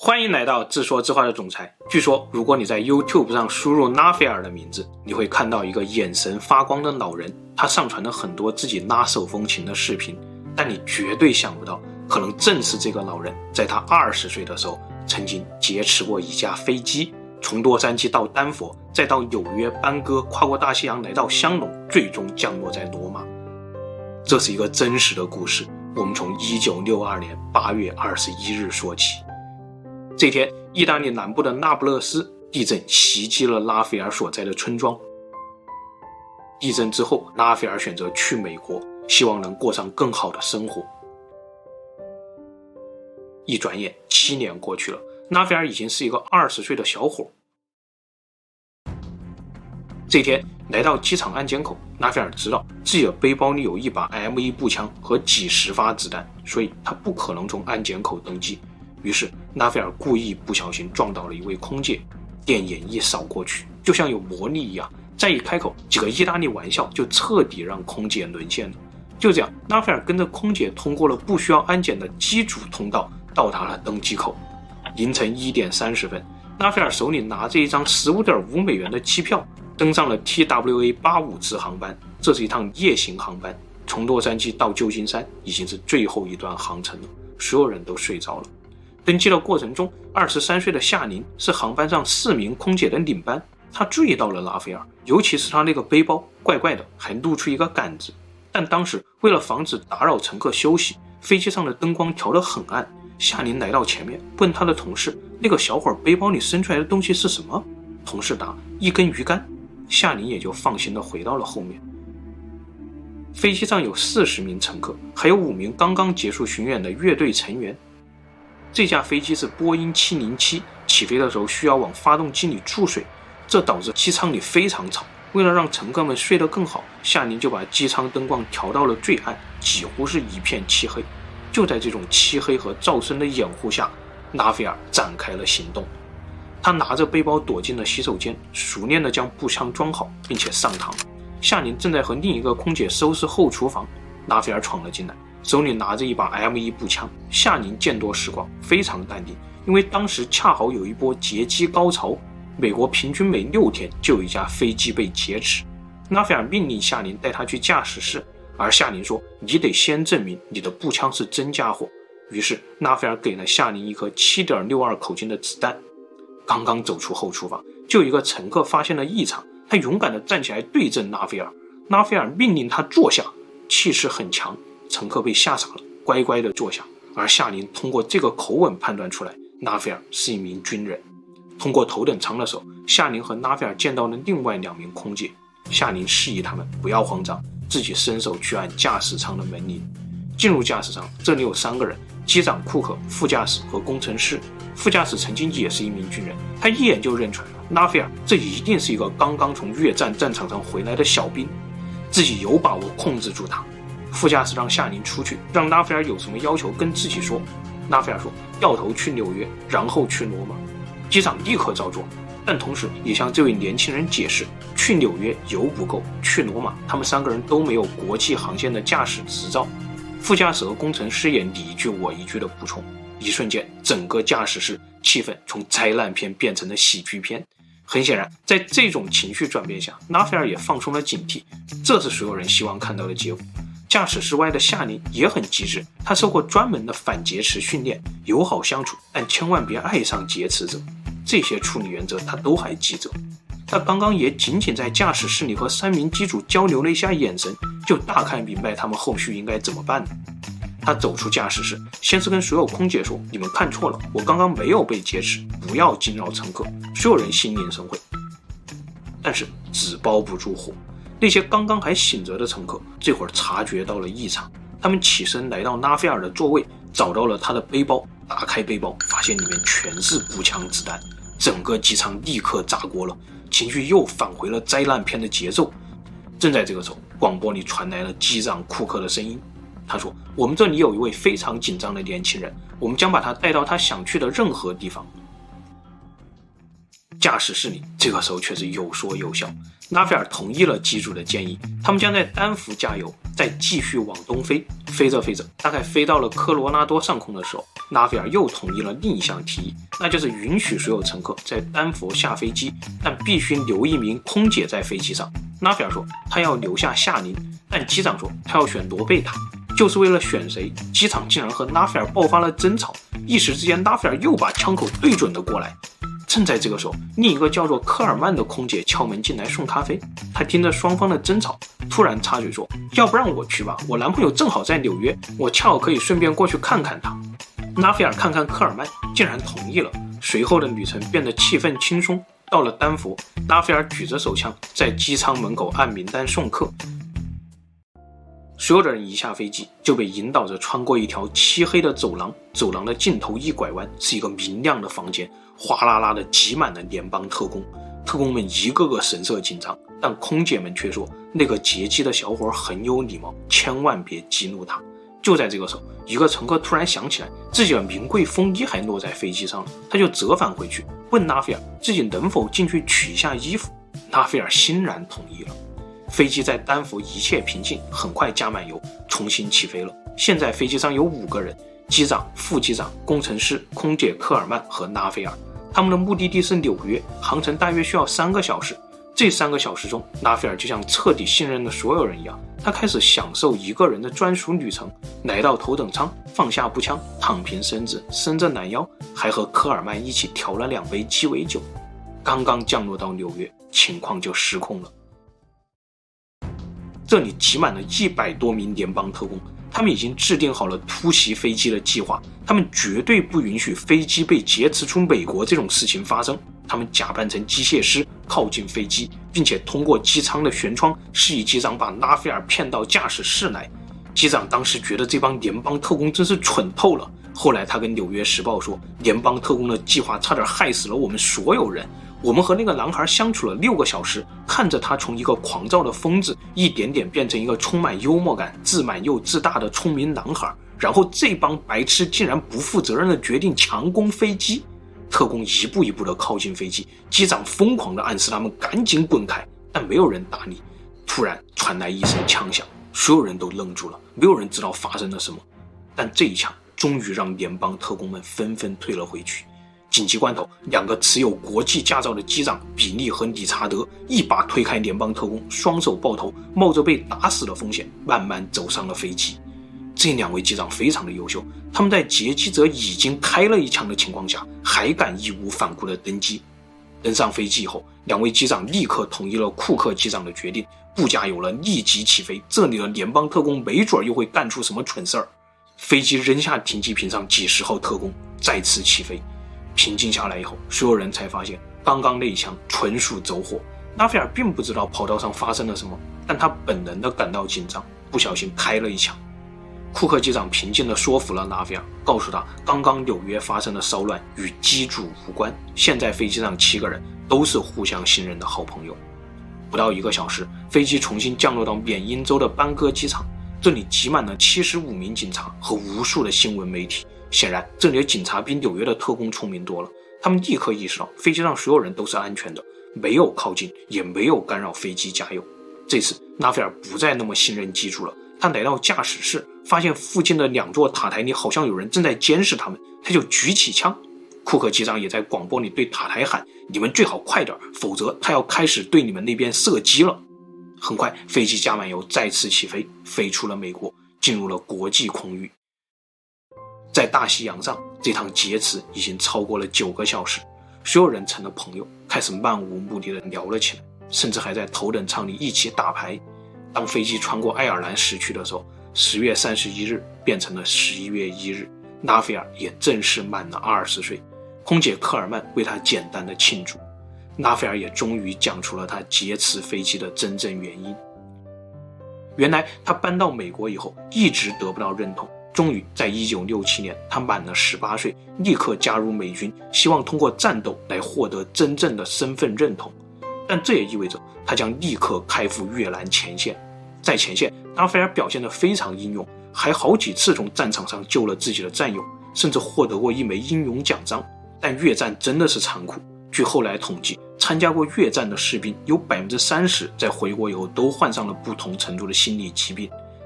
欢迎来到自说自话的总裁。据说如果你在 YouTube 上输入拉斐尔的名字，你会看到一个眼神发光的老人，他上传了很多自己拉手风琴的视频，但你绝对想不到，可能正是这个老人在他20岁的时候曾经劫持过一架飞机，从洛杉矶到丹佛，再到纽约班戈，跨过大西洋来到香农，最终降落在罗马。这是一个真实的故事，我们从1962年8月21日说起。这天，意大利南部的那不勒斯地震袭击了拉斐尔所在的村庄。地震之后，拉斐尔选择去美国，希望能过上更好的生活。一转眼7年过去了，拉斐尔已经是一个20岁的小伙。这天来到机场安检口，拉斐尔知道自己的背包里有一把 M1 步枪和几十发子弹，所以他不可能从安检口登机。于是拉斐尔故意不小心撞到了一位空姐，电眼一扫过去，就像有魔力一样，再一开口，几个意大利玩笑就彻底让空姐沦陷了。就这样，拉斐尔跟着空姐通过了不需要安检的机组通道，到达了登机口。凌晨1点30分，拉斐尔手里拿着一张15.5美元的机票，登上了 TWA 85次航班。这是一趟夜行航班，从洛杉矶到旧金山已经是最后一段航程了，所有人都睡着了。登机的过程中，23岁的夏琳是航班上4名空姐的领班，她注意到了拉斐尔，尤其是他那个背包怪怪的，还露出一个杆子。但当时为了防止打扰乘客休息，飞机上的灯光调得很暗。夏琳来到前面，问他的同事，那个小伙背包里伸出来的东西是什么？同事答，一根鱼竿。夏琳也就放心地回到了后面。飞机上有40名乘客，还有5名刚刚结束巡演的乐队成员。这架飞机是波音707，起飞的时候需要往发动机里注水，这导致机舱里非常吵。为了让乘客们睡得更好，夏琳就把机舱灯光调到了最暗，几乎是一片漆黑。就在这种漆黑和噪声的掩护下，拉斐尔展开了行动。他拿着背包躲进了洗手间，熟练地将步枪装好，并且上膛。夏琳正在和另一个空姐收拾后厨房，拉斐尔闯了进来，手里拿着一把 M1 步枪。夏琳见多识广，非常淡定，因为当时恰好有一波劫机高潮，美国平均每6天就有一架飞机被劫持。拉斐尔命令夏琳带他去驾驶室，而夏琳说，你得先证明你的步枪是真家伙。于是拉斐尔给了夏琳一颗 7.62 口径的子弹。刚刚走出后厨房，就有一个乘客发现了异常，他勇敢地站起来对阵拉斐尔。拉斐尔命令他坐下，气势很强，乘客被吓傻了，乖乖地坐下。而夏琳通过这个口吻判断出来，拉斐尔是一名军人。通过头等舱的时候，夏琳和拉斐尔见到了另外2名空姐。夏琳示意他们不要慌张，自己伸手去按驾驶舱的门铃。进入驾驶舱，这里有3个人，机长库克、副驾驶和工程师。副驾驶曾经也是一名军人，他一眼就认出来了，拉斐尔这一定是一个刚刚从越战战场上回来的小兵，自己有把握控制住他。副驾驶让夏琳出去，让拉斐尔有什么要求跟自己说。拉斐尔说，掉头去纽约，然后去罗马。机长立刻照做，但同时也向这位年轻人解释，去纽约油不够，去罗马他们3个人都没有国际航线的驾驶执照。副驾驶和工程师也你一句我一句的补充。一瞬间，整个驾驶室气氛从灾难片变成了喜剧片。很显然，在这种情绪转变下，拉斐尔也放松了警惕，这是所有人希望看到的结果。驾驶室外的夏琳也很机智，他受过专门的反劫持训练，友好相处，但千万别爱上劫持者。这些处理原则他都还记着。他刚刚也仅仅在驾驶室里和3名机组交流了一下眼神，就大概明白他们后续应该怎么办了。他走出驾驶室，先是跟所有空姐说，你们看错了，我刚刚没有被劫持，不要惊扰乘客。所有人心领神会。但是纸包不住火，那些刚刚还醒着的乘客这会儿察觉到了异常，他们起身来到拉斐尔的座位，找到了他的背包，打开背包，发现里面全是步枪子弹，整个机舱立刻炸锅了，情绪又返回了灾难片的节奏。正在这个时候，广播里传来了机长库克的声音，他说，我们这里有一位非常紧张的年轻人，我们将把他带到他想去的任何地方。驾驶室里这个时候却是有说有笑，拉斐尔同意了机组的建议，他们将在丹佛加油， 再继续往东飞。飞着飞着，大概飞到了科罗拉多上空的时候，拉斐尔又同意了另一项提议，那就是允许所有乘客在丹佛下飞机，但必须留一名空姐在飞机上。拉斐尔说他要留下夏琳，但机长说他要选罗贝塔。就是为了选谁，机场竟然和拉斐尔爆发了争吵，一时之间拉斐尔又把枪口对准了过来。正在这个时候，另一个叫做科尔曼的空姐敲门进来送咖啡，她听着双方的争吵，突然插嘴说，要不让我去吧，我男朋友正好在纽约，我恰好可以顺便过去看看他。拉斐尔看看科尔曼，竟然同意了。随后的旅程变得气氛轻松，到了丹佛，拉斐尔举着手枪在机舱门口按名单送客。所有的人一下飞机就被引导着穿过一条漆黑的走廊，走廊的尽头一拐弯是一个明亮的房间，哗啦啦的挤满了联邦特工。特工们一个个神色紧张，但空姐们却说那个劫机的小伙很有礼貌，千万别激怒他。就在这个时候，一个乘客突然想起来自己的名贵风衣还落在飞机上了，他就折返回去问拉斐尔自己能否进去取一下衣服。拉斐尔欣然同意了。飞机在丹佛一切平静，很快加满油，重新起飞了。现在飞机上有5个人，机长、副机长、工程师、空姐科尔曼和拉斐尔。他们的目的地是纽约，航程大约需要3个小时。这3个小时中，拉斐尔就像彻底信任了所有人一样，他开始享受一个人的专属旅程，来到头等舱，放下步枪，躺平身子，伸着懒腰，还和科尔曼一起调了2杯鸡尾酒。刚刚降落到纽约，情况就失控了。这里挤满了100多名联邦特工，他们已经制定好了突袭飞机的计划，他们绝对不允许飞机被劫持出美国这种事情发生。他们假扮成机械师靠近飞机，并且通过机舱的舷窗示意机长把拉斐尔骗到驾驶室来。机长当时觉得这帮联邦特工真是蠢透了，后来他跟《纽约时报》说，联邦特工的计划差点害死了我们所有人。我们和那个男孩相处了6个小时，看着他从一个狂躁的疯子一点点变成一个充满幽默感、自满又自大的聪明男孩，然后这帮白痴竟然不负责任的决定强攻飞机。特工一步一步的靠近飞机，机长疯狂的暗示他们赶紧滚开，但没有人搭理。突然传来一声枪响，所有人都愣住了，没有人知道发生了什么。但这一枪终于让联邦特工们纷纷退了回去。紧急关头，2个持有国际驾照的机长比利和理查德一把推开联邦特工，双手抱头，冒着被打死的风险，慢慢走上了飞机。这2位机长非常的优秀，他们在劫机者已经开了1枪的情况下，还敢义无反顾的登机。登上飞机以后，2位机长立刻同意了库克机长的决定，不加油了，立即起飞。这里的联邦特工没准又会干出什么蠢事儿。飞机扔下停机坪上几十号特工，再次起飞。平静下来以后，所有人才发现刚刚那一枪纯属走火。拉斐尔并不知道跑道上发生了什么，但他本能地感到紧张，不小心开了1枪。库克机长平静地说服了拉斐尔，告诉他刚刚纽约发生的骚乱与机主无关，现在飞机上7个人都是互相信任的好朋友。不到1个小时，飞机重新降落到缅因州的班戈机场，这里挤满了75名警察和无数的新闻媒体。显然这里的警察比纽约的特工聪明多了，他们立刻意识到飞机上所有人都是安全的，没有靠近，也没有干扰飞机加油。这次拉斐尔不再那么信任机主了，他来到驾驶室，发现附近的2座塔台里好像有人正在监视他们，他就举起枪。库克机长也在广播里对塔台喊，你们最好快点，否则他要开始对你们那边射击了。很快飞机加满油，再次起飞，飞出了美国，进入了国际空域。在大西洋上，这趟劫持已经超过了9个小时，所有人成了朋友，开始漫无目的的聊了起来，甚至还在头等舱里一起打牌。当飞机穿过爱尔兰时区的时候，10月31日变成了11月1日，拉斐尔也正式满了20岁。空姐科尔曼为他简单的庆祝，拉斐尔也终于讲出了他劫持飞机的真正原因。原来他搬到美国以后一直得不到认同，终于在1967年他满了18岁，立刻加入美军，希望通过战斗来获得真正的身份认同。但这也意味着他将立刻开赴越南前线。在前线，拉斐尔表现得非常英勇，还好几次从战场上救了自己的战友，甚至获得过1枚英勇奖章。但越战真的是残酷，据后来统计，参加过越战的士兵有30%在回国以后都患上了不同程度的心理疾病。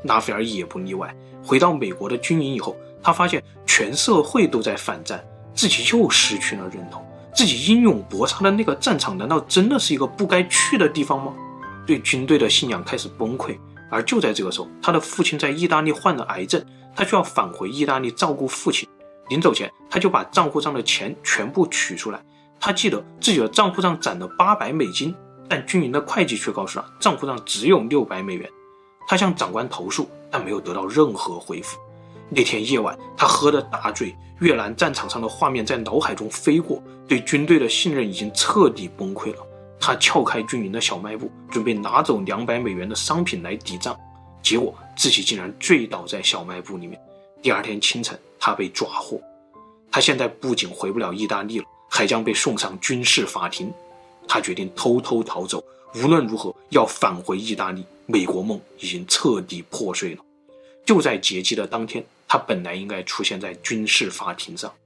纳菲尔也不例外。回到美国的军营以后，他发现全社会都在反战，自己又失去了认同。自己英勇搏杀的那个战场难道真的是一个不该去的地方吗？对军队的信仰开始崩溃。而就在这个时候，他的父亲在意大利患了癌症，他需要返回意大利照顾父亲。临走前，他就把账户上的钱全部取出来。他记得自己的账户上攒了$800，但军营的会计却告诉他账户上只有$600。他向长官投诉，但没有得到任何回复。那天夜晚，他喝得大醉，越南战场上的画面在脑海中飞过，对军队的信任已经彻底崩溃了。他撬开军营的小卖部，准备拿走$200的商品来抵账，结果自己竟然醉倒在小卖部里面。第二天清晨，他被抓获。他现在不仅回不了意大利了，还将被送上军事法庭。他决定偷偷逃走，无论如何要返回意大利。美国梦已经彻底破碎了。就在劫机的当天，他本来应该出现在军事法庭上。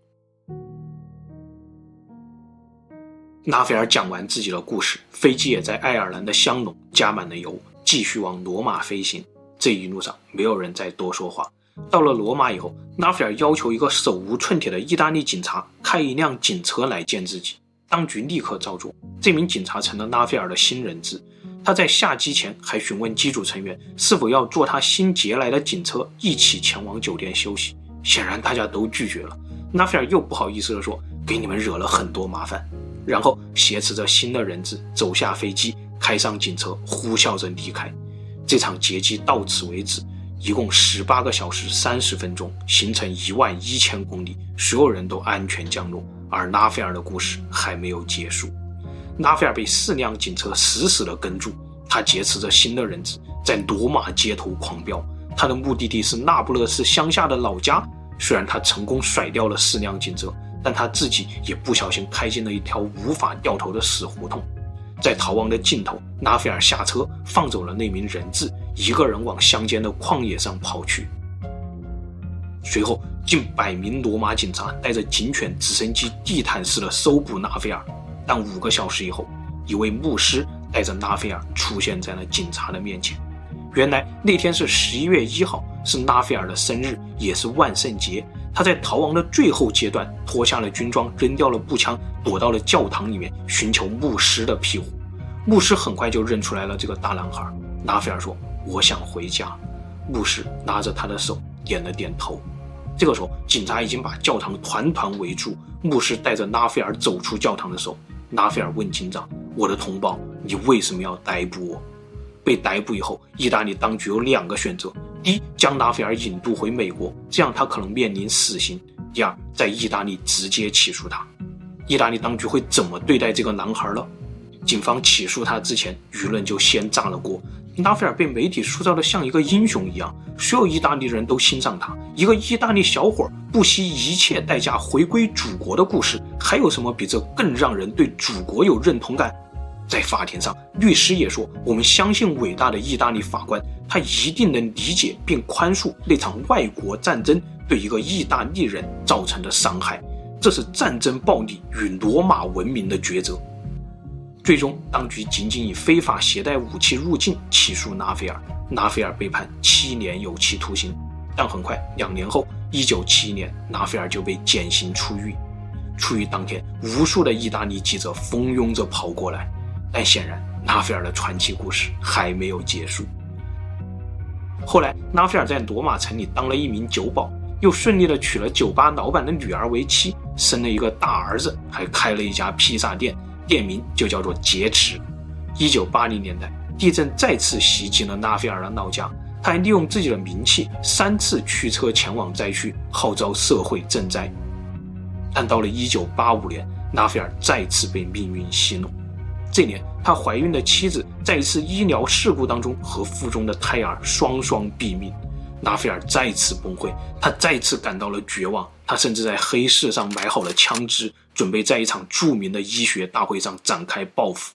纳菲尔讲完自己的故事，飞机也在爱尔兰的香农加满了油，继续往罗马飞行。这一路上没有人再多说话。到了罗马以后，纳菲尔要求一个手无寸铁的意大利警察开一辆警车来见自己，当局立刻照做。这名警察成了纳菲尔的新人质。他在下机前还询问机组成员是否要坐他新劫来的警车一起前往酒店休息，显然大家都拒绝了。纳菲尔又不好意思地说，给你们惹了很多麻烦，然后挟持着新的人质走下飞机，开上警车，呼啸着离开。这场劫机到此为止，一共18个小时30分钟，行程11000公里，所有人都安全降落，而纳菲尔的故事还没有结束。纳菲尔被4辆警车死死地跟住，他劫持着新的人质，在罗马街头狂飙。他的目的地是那不勒斯乡下的老家。虽然他成功甩掉了4辆警车，但他自己也不小心开进了一条无法掉头的死胡同。在逃亡的尽头，纳菲尔下车放走了那名人质，一个人往乡间的旷野上跑去。随后近100名罗马警察带着警犬、直升机地毯式的搜捕纳菲尔，但5个小时以后，一位牧师带着纳菲尔出现在了警察的面前。原来那天是11月1号，是纳菲尔的生日，也是万圣节。他在逃亡的最后阶段脱下了军装，扔掉了步枪，躲到了教堂里面寻求牧师的庇护。牧师很快就认出来了这个大男孩。纳菲尔说，我想回家。牧师拉着他的手点了点头。这个时候警察已经把教堂团团围住。牧师带着纳菲尔走出教堂的时候，纳菲尔问警长，我的同胞，你为什么要逮捕我？被逮捕以后，意大利当局有2个选择：第一，将纳菲尔引渡回美国，这样他可能面临死刑；第二，在意大利直接起诉他。意大利当局会怎么对待这个男孩呢？警方起诉他之前，舆论就先炸了锅。纳菲尔被媒体塑造得像一个英雄一样，所有意大利人都欣赏他。一个意大利小伙不惜一切代价回归祖国的故事，还有什么比这更让人对祖国有认同感？在法庭上，律师也说，我们相信伟大的意大利法官，他一定能理解并宽恕那场外国战争对一个意大利人造成的伤害，这是战争暴力与罗马文明的抉择。最终，当局仅仅以非法携带武器入境起诉纳菲尔，纳菲尔被判7年有期徒刑。但很快，2年后，1971年，纳菲尔就被减刑出狱。出狱当天，无数的意大利记者蜂拥着跑过来。但显然，纳菲尔的传奇故事还没有结束。后来，纳菲尔在罗马城里当了一名酒保，又顺利地娶了酒吧老板的女儿为妻，生了一个大儿子，还开了一家披萨店，店名就叫做劫持。1980年代，地震再次袭击了纳菲尔的老家，他还利用自己的名气3次驱车前往灾区，号召社会赈灾。但到了1985年，纳菲尔再次被命运戏弄。这年，他怀孕的妻子在一次医疗事故当中和腹中的胎儿双双毙命。纳菲尔再次崩溃，他再次感到了绝望，他甚至在黑市上买好了枪支，准备在一场著名的医学大会上展开报复。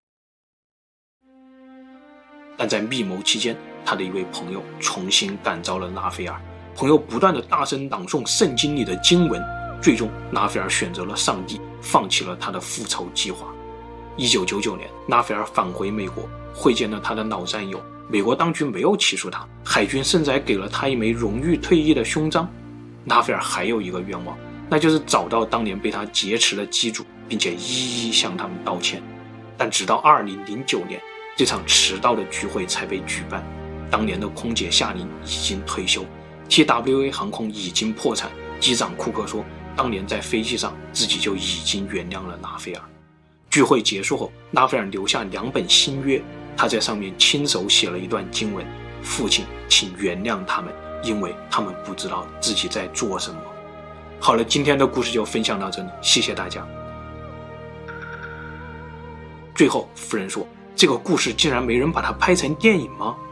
但在密谋期间，他的一位朋友重新感召了纳菲尔，朋友不断地大声朗诵圣经里的经文，最终纳菲尔选择了上帝，放弃了他的复仇计划。1999年，纳菲尔返回美国，会见了他的老战友美国当局没有起诉他，海军甚至还给了他一枚荣誉退役的勋章。拉斐尔还有一个愿望，那就是找到当年被他劫持的机主，并且一一向他们道歉。但直到2009年，这场迟到的聚会才被举办。当年的空姐夏琳已经退休， TWA 航空已经破产。机长库克说，当年在飞机上自己就已经原谅了拉斐尔。聚会结束后，拉斐尔留下2本新约，他在上面亲手写了一段经文：父亲，请原谅他们，因为他们不知道自己在做什么。好了，今天的故事就分享到这里，谢谢大家。最后夫人说，这个故事竟然没人把它拍成电影吗？